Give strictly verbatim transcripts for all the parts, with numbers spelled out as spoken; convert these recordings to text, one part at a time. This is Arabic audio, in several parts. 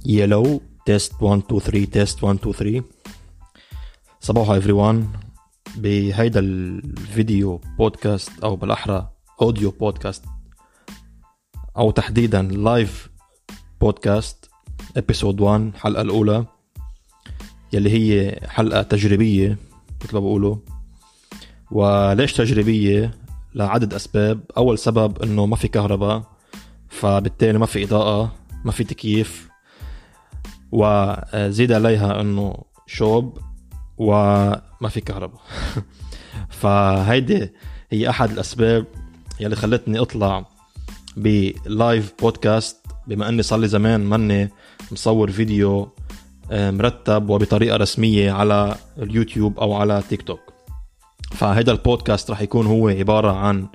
يلو تيست واحد اثنين ثلاثة تيست واحد اثنين ثلاثة. صباح everyone. بهيدا الفيديو بودكاست او بالاحرى اوديو بودكاست او تحديدا لايف بودكاست ابيسود واحد، الحلقه الاولى يلي هي حلقه تجريبيه مثل ما بقولوا. وليش تجريبيه؟ لعدد اسباب. اول سبب انه ما في كهرباء، فبالتالي ما في اضاءه، ما في تكييف، وزيد عليها انه شوب وما في كهرباء. فهيدي هي احد الاسباب يلي خلتني اطلع بلايف بودكاست، بما اني صار لي زمان ماني مصور فيديو مرتب وبطريقه رسميه على اليوتيوب او على تيك توك. فهيدا البودكاست رح يكون هو عباره عن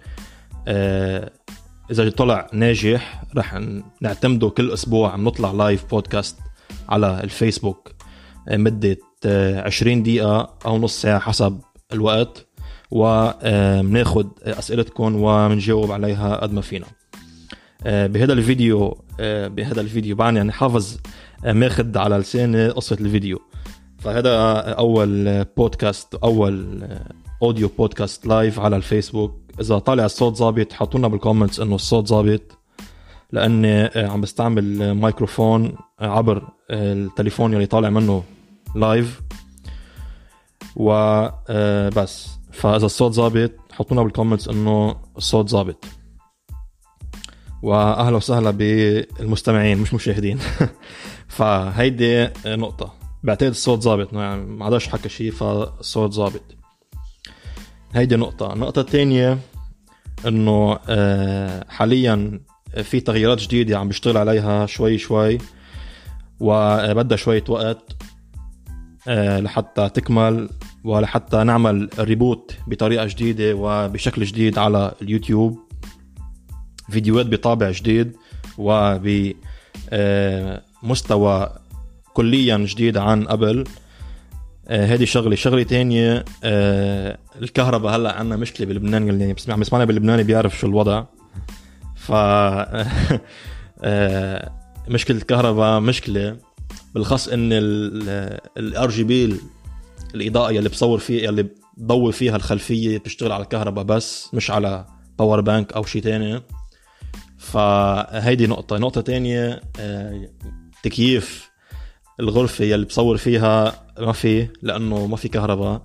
اذا طلع ناجح رح نعتمده كل اسبوع نطلع لايف بودكاست على الفيسبوك مدة عشرين دقيقة أو نص ساعة حسب الوقت، ومناخد أسئلتكم ومنجاوب عليها قد ما فينا. بهذا الفيديو بهذا الفيديو بعني يعني حافظ ماخد على لساني قصة الفيديو. فهذا أول بودكاست، أول أوديو بودكاست لايف على الفيسبوك. إذا طالع الصوت ظابط حطونا بالكومنتس إنه الصوت ظابط، لأني عم بستعمل مايكروفون عبر التليفون اللي طالع منه لايف وبس. فإذا الصوت ظابط حطونا بالكومنتس إنه الصوت ظابط. وأهلا وسهلا بالمستمعين مش مشاهدين. فهيدي نقطة، بعتقد الصوت ظابط، يعني ما عادش حكى شيء فالصوت ظابط. هيدي نقطة. النقطة الثانية إنه حاليا في تغييرات جديدة عم بشتغل عليها شوي شوي، وبدأ شوية وقت لحتى تكمل ولحتى نعمل ريبوت بطريقة جديدة وبشكل جديد على اليوتيوب، فيديوهات بطابع جديد وبمستوى كليا جديد عن قبل. هذه شغلة. شغلة تانية، الكهرباء هلأ عنا مشكلة بلبنان، اللي بسمع بسمعنا باللبناني بيعرف شو الوضع. ف مشكلة الكهرباء مشكلة، بالخاص ان الار جي بي الاضاءة اللي بصور فيها اللي بضوي فيها الخلفية بتشتغل على الكهرباء بس، مش على باور بانك او شيء تاني. فهيدي نقطة. نقطة تانية، تكييف الغرفة اللي بصور فيها ما في، لانه ما في كهرباء.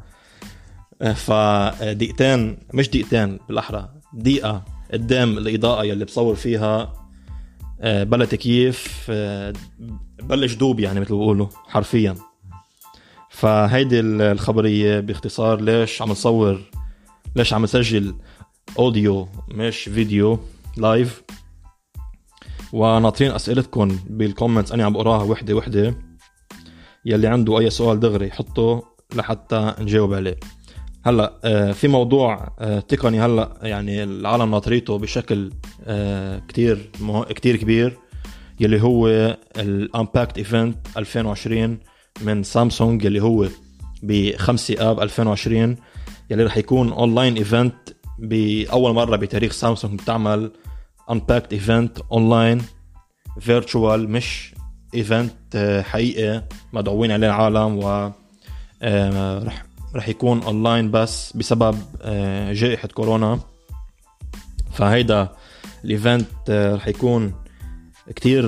فدقيقتين مش دقيقتين بالاحرى دقيقة قدام الإضاءة اللي بصور فيها بلا تكييف بلش دوب، يعني مثل بقوله حرفيا. فهيدي الخبرية باختصار ليش عم نصور، ليش عم نسجل أوديو مش فيديو لايف. وناطرين أسئلتكم بالكومنتس، أنا عم بقراها وحدة وحدة، يلي عنده أي سؤال دغري حطه لحتى نجاوب عليه. هلا في موضوع تقني هلا يعني العالم ناطريته بشكل كتير كتير كبير، يلي هو الامباكت ايفنت ألفين وعشرين من سامسونج، يلي هو بخمسة آب ألفين وعشرين، يلي رح يكون اونلاين ايفنت باول مره بتاريخ سامسونج بتعمل امباكت ايفنت اونلاين فيرتشوال، مش ايفنت حقيقي مدعوين عليه العالم. و رح رح يكون اونلاين بس بسبب جائحة كورونا. فهيدا الايفنت رح يكون كتير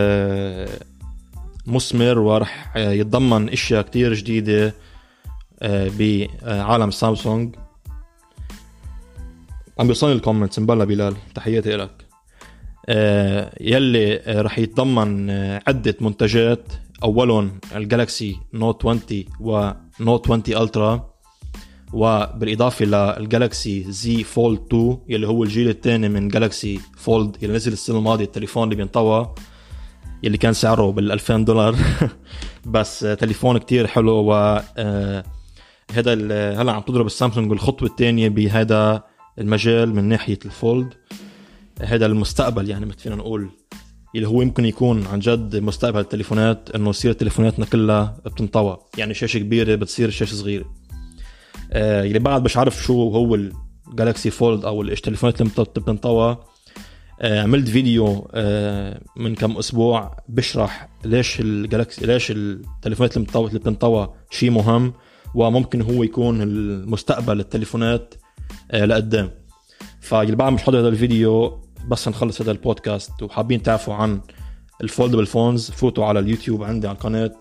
مثمر، ورح يتضمن اشياء كتير جديدة بعالم سامسونج. عم بيوصلني الكومنتس، مبلا بلال تحياتي لك. يلي رح يتضمن عدة منتجات، أولهم الجالكسي نوت عشرين ونوت عشرين ألترا، وبالإضافة للجالكسي زي فولد اثنين يلي هو الجيل الثاني من جالكسي فولد يلي نزل السنة الماضية، التليفون اللي بينطوى يلي كان سعره بالألفين دولار. بس تليفون كتير حلو. وهذا هلا عم تضرب السامسونج الخطوة الثانية بهذا المجال من ناحية الفولد. هذا المستقبل يعني مثل فينا نقول، اللي هو يمكن يكون عن جد مستقبل التليفونات، انه يصير تليفوناتنا كلها بتنطوى، يعني شاشة كبيرة بتصير شاشة صغيرة. آه اللي بعد مش عارف شو هو الجالكسي فولد او التليفونات اللي بتنطوى، عملت فيديو من كم اسبوع بشرح ليش الجالكسي ليش التليفونات اللي بتنطوى شيء مهم، وممكن هو يكون المستقبل التليفونات لقدام. فاللي بعد مش حضر هذا الفيديو بس نخلص هذا البودكاست وحابين تعرفوا عن الفولدبل فونز، فوتوا على اليوتيوب عندي على القناة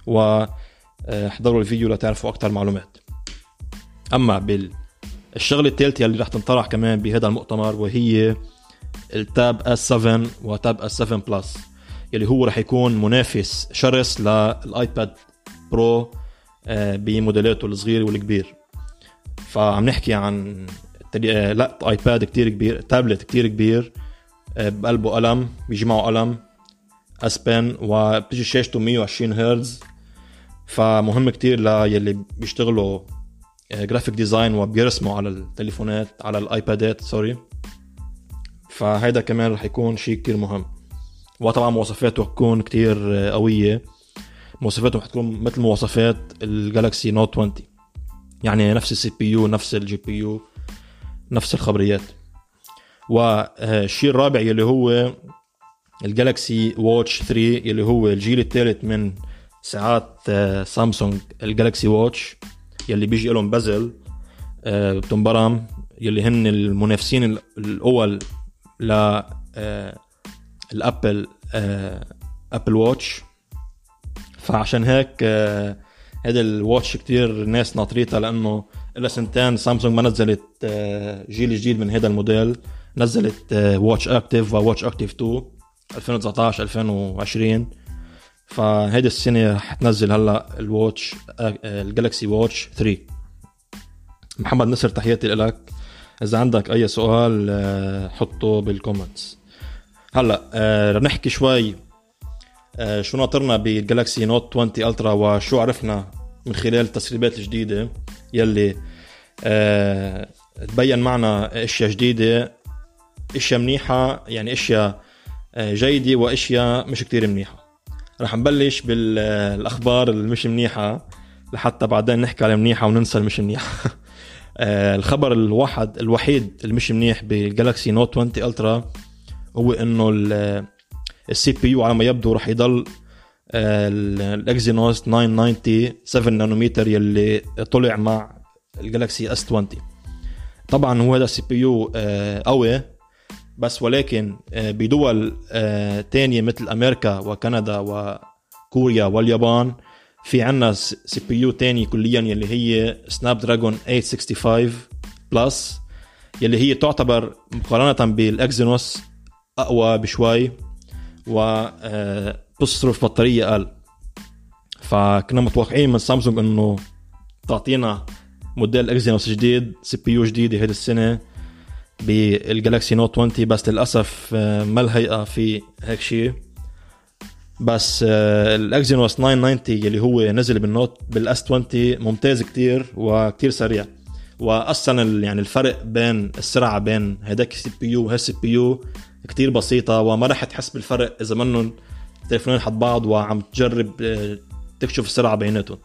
وحضروا الفيديو لتعرفوا أكتر معلومات. أما بالشغلة الثالثة اللي رح تنطرح كمان بهذا المؤتمر وهي التاب اس سبعة وتاب اس سبعة بلس، يلي هو رح يكون منافس شرس للآيباد برو بموديلاته الصغير والكبير. فعم نحكي عن لا ايباد كتير كبير، تابلت كتير كبير بقلبه قلم، بيجي معه قلم اس بن، وبتجي شاشته مية وعشرين هرتز. فمهم كتير للي بيشتغلوا جرافيك ديزاين وبيرسموا على التليفونات على الايبادات سوري. فهيدا كمان رح يكون شيء كتير مهم. وطبعا مواصفاته تكون كتير قوية، مواصفاته رح تكون مثل مواصفات الجالكسي نوت عشرين، يعني نفس السي بي يو نفس الجي بي يو نفس الخبريات. والشيء الرابع يلي هو الجالكسي واتش ثري، يلي هو الجيل الثالث من ساعات سامسونج الجالكسي واتش، يلي بيجي لهم بزل بتنبرم، يلي هن المنافسين الأول ل الأبل أبل واتش. فعشان هيك هذا الواتش كتير ناس ناطريتها، لأنه إلا سنتين سامسونج ما نزلت جيل جديد من هذا الموديل، نزلت واتش أكتيف وواتش أكتيف تو ألفين وتسعتاشر ألفين وعشرين. فهذه السنة رح تنزل هلا الواتش الجالكسي واتش ثري. محمد نصر تحياتي لك، إذا عندك أي سؤال حطه بالكومنتس. هلا رح نحكي شوي شو ناطرنا بالجالكسي نوت عشرين ألترا وشو عرفنا من خلال التسريبات الجديدة يلي أه تبين معنا اشياء جديدة، اشياء منيحة يعني اشياء جيدة واشياء مش كتير منيحة. رح نبلش بالاخبار المش منيحة لحتى بعدين نحكي على منيحة وننسى المش منيحة. أه الخبر الواحد الوحيد المش منيح بالجالكسي نوت عشرين ألترا هو انه السي بي يو على ما يبدو رح يضل الاكزينوس تسعمية وتسعين سبعة نانومتر يلي طلع مع الجالكسي اس عشرين. طبعا هو هذا السي بي يو قوي، بس ولكن بدول تانية مثل امريكا وكندا وكوريا واليابان في عنا سي بي يو تاني كليا يلي هي سناب دراجون ثمانمية وخمسة وستين بلس، يلي هي تعتبر مقارنة بالاكزينوس اقوى بشوي وبتصرف بطارية أقل. فكنا متوقعين من سامسونج انه تعطينا موديل اكزينوس جديد، سي بي يو جديدة هذه السنة بالجالكسي نوت عشرين، بس للأسف ما الهيئة في هيك شيء. بس الاكزينوس تسعمية وتسعين اللي هو نزل بالنوت بالاس عشرين ممتاز كتير وكتير سريع. واصلا يعني الفرق بين السرعة بين هداك السي بي يو وهالسي بي يو كتير بسيطة، وما رح تحس بالفرق إذا منهم تليفونين حد بعض وعم تجرب تكشف السرعة بيناتهم.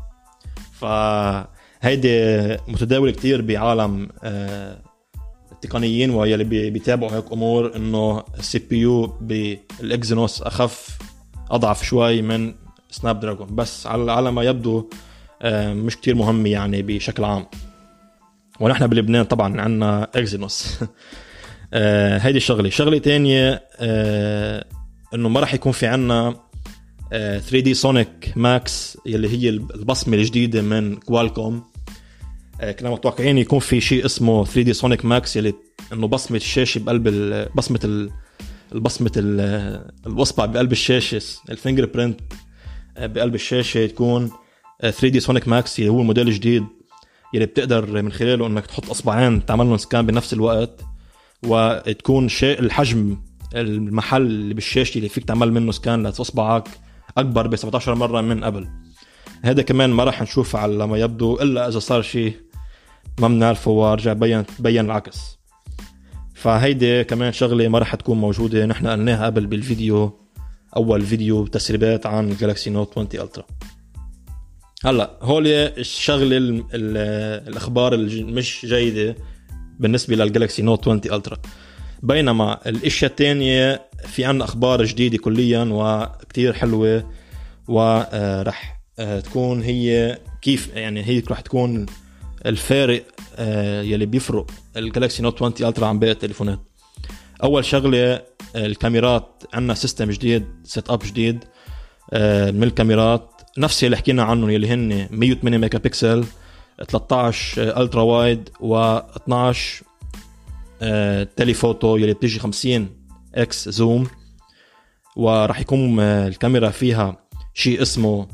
فهيدي متداول كتير بعالم التقنيين ويلي بيتابعوا هيك أمور، إنه السي بي يو بالإكزينوس أخف أضعف شوي من سناب دراجون، بس على ما يبدو مش كتير مهم يعني بشكل عام. ونحن بلبنان طبعا عنا إكزينوس. آه هيدي الشغلة. شغلة تانية آه انه ما راح يكون في عنا آه ثري دي سونيك ماكس يلي هي البصمة الجديدة من كوالكوم. آه كنا متوقعين يكون في شيء اسمه ثري دي سونيك ماكس يلي انه بصمة الشاشة بقلب بصمة البصمة الوصبع بقلب الشاشة، الفينجر برينت بقلب الشاشة تكون ثري دي سونيك ماكس، يلي هو الموديل الجديد يلي بتقدر من خلاله انك تحط اصبعين تعمل لهم سكان بنفس الوقت، وتكون شيء الحجم المحل اللي بالشاشة اللي فيك تعمل منه سكان لتصبعك أكبر ب سبعة عشر مرة من قبل. هذا كمان ما راح نشوفه على ما يبدو إلا إذا صار شيء ما بنعرفه ورجع بيان بيان العكس. فهيدي كمان شغلة ما راح تكون موجودة، نحن قلناها قبل بالفيديو، أول فيديو تسريبات عن الجالكسي نوت عشرين ألترا. هلا هولي الشغلة الأخبار المش جيدة بالنسبة للجالكسي نوت عشرين ألترا. بينما الاشياء التانية في عنا اخبار جديدة كليا وكتير حلوة، ورح تكون هي كيف يعني هي رح تكون الفارق يلي بيفرق الجالكسي نوت عشرين الترا عن باقي التليفونات. اول شغلة الكاميرات، عنا سيستم جديد، سيت اب جديد من الكاميرات، نفس اللي حكينا عنه يلي هن مية وثمانية ميجا بكسل، ثلاثة عشر الترا وايد، و12 تيليفوتو يلي بتيجي خمسين اكس زوم. وراح يكون الكاميرا فيها شيء اسمه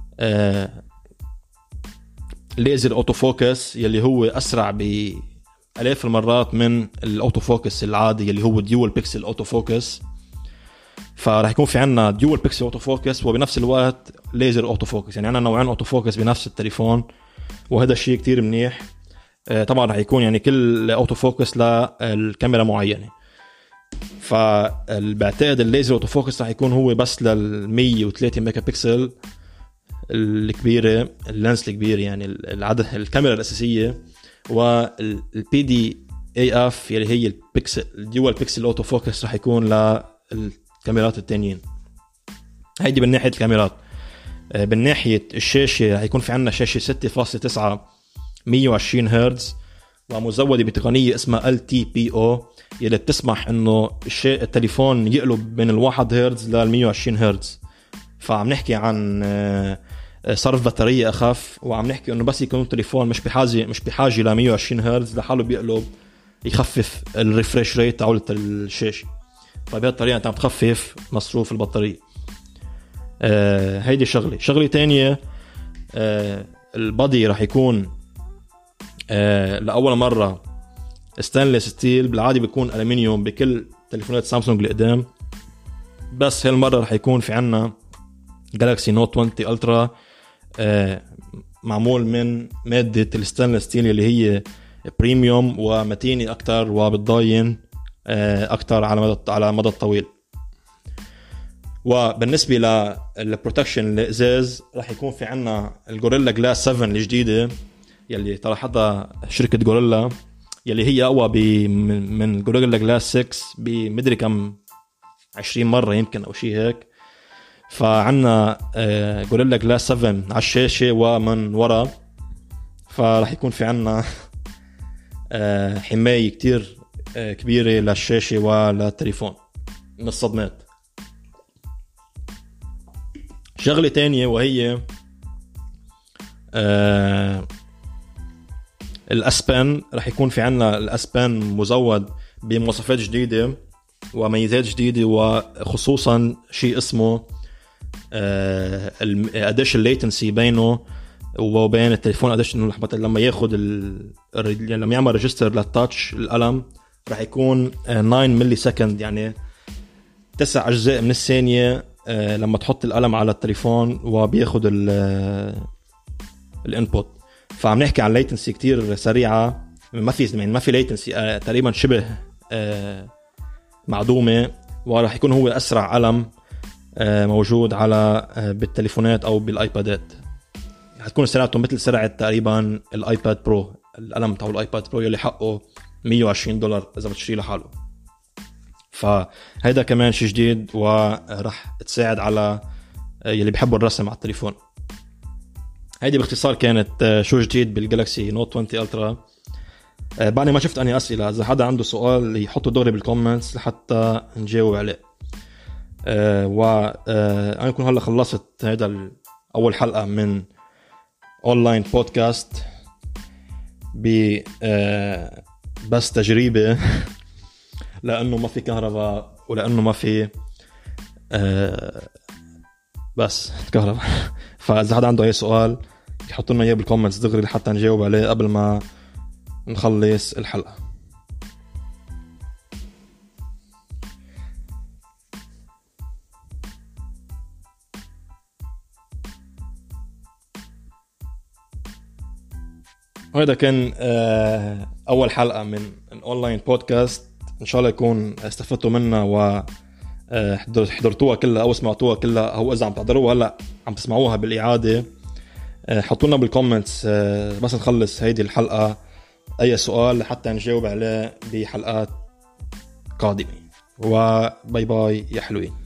ليزر اوتو فوكس يلي هو اسرع بالاف المرات من الاوتو فوكس العادي يلي هو ديول بيكسل اوتو فوكس. فراح يكون في عنا ديول بيكسل اوتو فوكس وبنفس الوقت ليزر اوتو فوكس، يعني عنا نوعين اوتو فوكس بنفس التليفون، وهذا الشيء كتير منيح. طبعا راح يكون يعني كل اوتو فوكس للكاميرا معينه. فبعتقد الليزر اوتو فوكس راح يكون هو بس لل مية وثلاثة ميجا بكسل الكبيره، اللينس الكبير يعني العدد الكاميرا الاساسيه، والبي دي اي اف يلي هي البيكسل الديوال بيكسل اوتو فوكس راح يكون للكاميرات التانيين. هيدي من ناحيه الكاميرات. بالناحيه الشاشه راح يكون في عنا شاشه ستة فاصلة تسعة مية وعشرين هرتز ومزودة بتقنية اسمها إل تي بي أو يلي بتسمح انه التليفون يقلب من الواحد هرتز للمية وعشرين هرتز. فعم نحكي عن صرف بطارية اخف، وعم نحكي انه بس يكون التليفون مش بحاجة مش بحاجة ل مية وعشرين هرتز لحاله بيقلب، يخفف الريفريش ريت تاع الشاشة. فبهذه الطريقة انت عم تخفف مصروف البطارية. آه هيدي شغلة. شغلة تانية، آه البادي راح يكون آه لأول مرة ستانلس ستيل، بالعادي بيكون ألمنيوم بكل تليفونات سامسونج القدام، بس هالمرة رح يكون في عنا جالكسي نوت عشرين الترا آه معمول من مادة الستانلس ستيل اللي هي بريميوم ومتينة أكتر وبتضاين آه أكتر على مدى على مدى الطويل. وبالنسبة للبروتكشن الإزاز رح يكون في عنا الجوريلا جلاس سبعة الجديدة يلي طرحتها شركة جوريلا، يلي هي أقوى من جوريلا جلاس ستة بمدري كم عشرين مرة يمكن أو شيء هيك. فعنا جوريلا جلاس سبعة على الشاشة ومن ورا، فرح يكون في عنا حماية كتير كبيرة للشاشة وللتليفون من الصدمات. شغلة تانية وهي آه الأسبان. رح يكون في عنا الأسبان مزود بمواصفات جديدة وميزات جديدة، وخصوصا شيء اسمه آه قديش الليتنسي بينه وبين التليفون، قديش انه لما ياخد ال... لما يعمل ريجستر للتاتش القلم رح يكون آه تسعة ملي سكند، يعني تسع أجزاء من الثانية آه لما تحط القلم على التليفون وبياخد الانبوت. فعم نحكي عن ليتنسي كتير سريعة، ما في يعني ما في ليتنسي آه تقريبا شبه آه معدومة، وراح يكون هو أسرع قلم آه موجود على آه بالتليفونات أو بالآيبادات. هتكون سرعته مثل سرعة تقريبا الآيباد برو، القلم تاع الآيباد برو يلي حقه مية وعشرين دولار إذا بتشتري لحاله. فهيدا كمان شيء جديد ورح تساعد على يلي بيحبوا الرسم على التليفون. هيدي باختصار كانت شو جديد بالجالكسي نوت عشرين الترا. بعد ما شفت أني أسئلة، إذا حدا عنده سؤال يحطه دغري بالكومنتس لحتى نجاوب عليه. وأنا كون هلا خلصت هيدا أول حلقة من أونلاين بودكاست ب بس تجريبة لأنه ما في كهرباء ولأنه ما في بس كهرباء. فإذا حدا عنده أي سؤال يحطوا لنا إياه بالكومنتس دغري لحتى نجاوب عليه قبل ما نخلص الحلقة. وهذا كان أول حلقة من الأونلاين بودكاست. إن شاء الله يكون استفدتوا منها وحضرتوها كلها أو سمعتوها كلها، أو إذا عم تحضروها هلأ عم تسمعوها بالإعادة حطونا بالكومنتس بس نخلص هيدي الحلقة أي سؤال حتى نجاوب عليه بحلقات القادمة. وباي باي يا حلوين.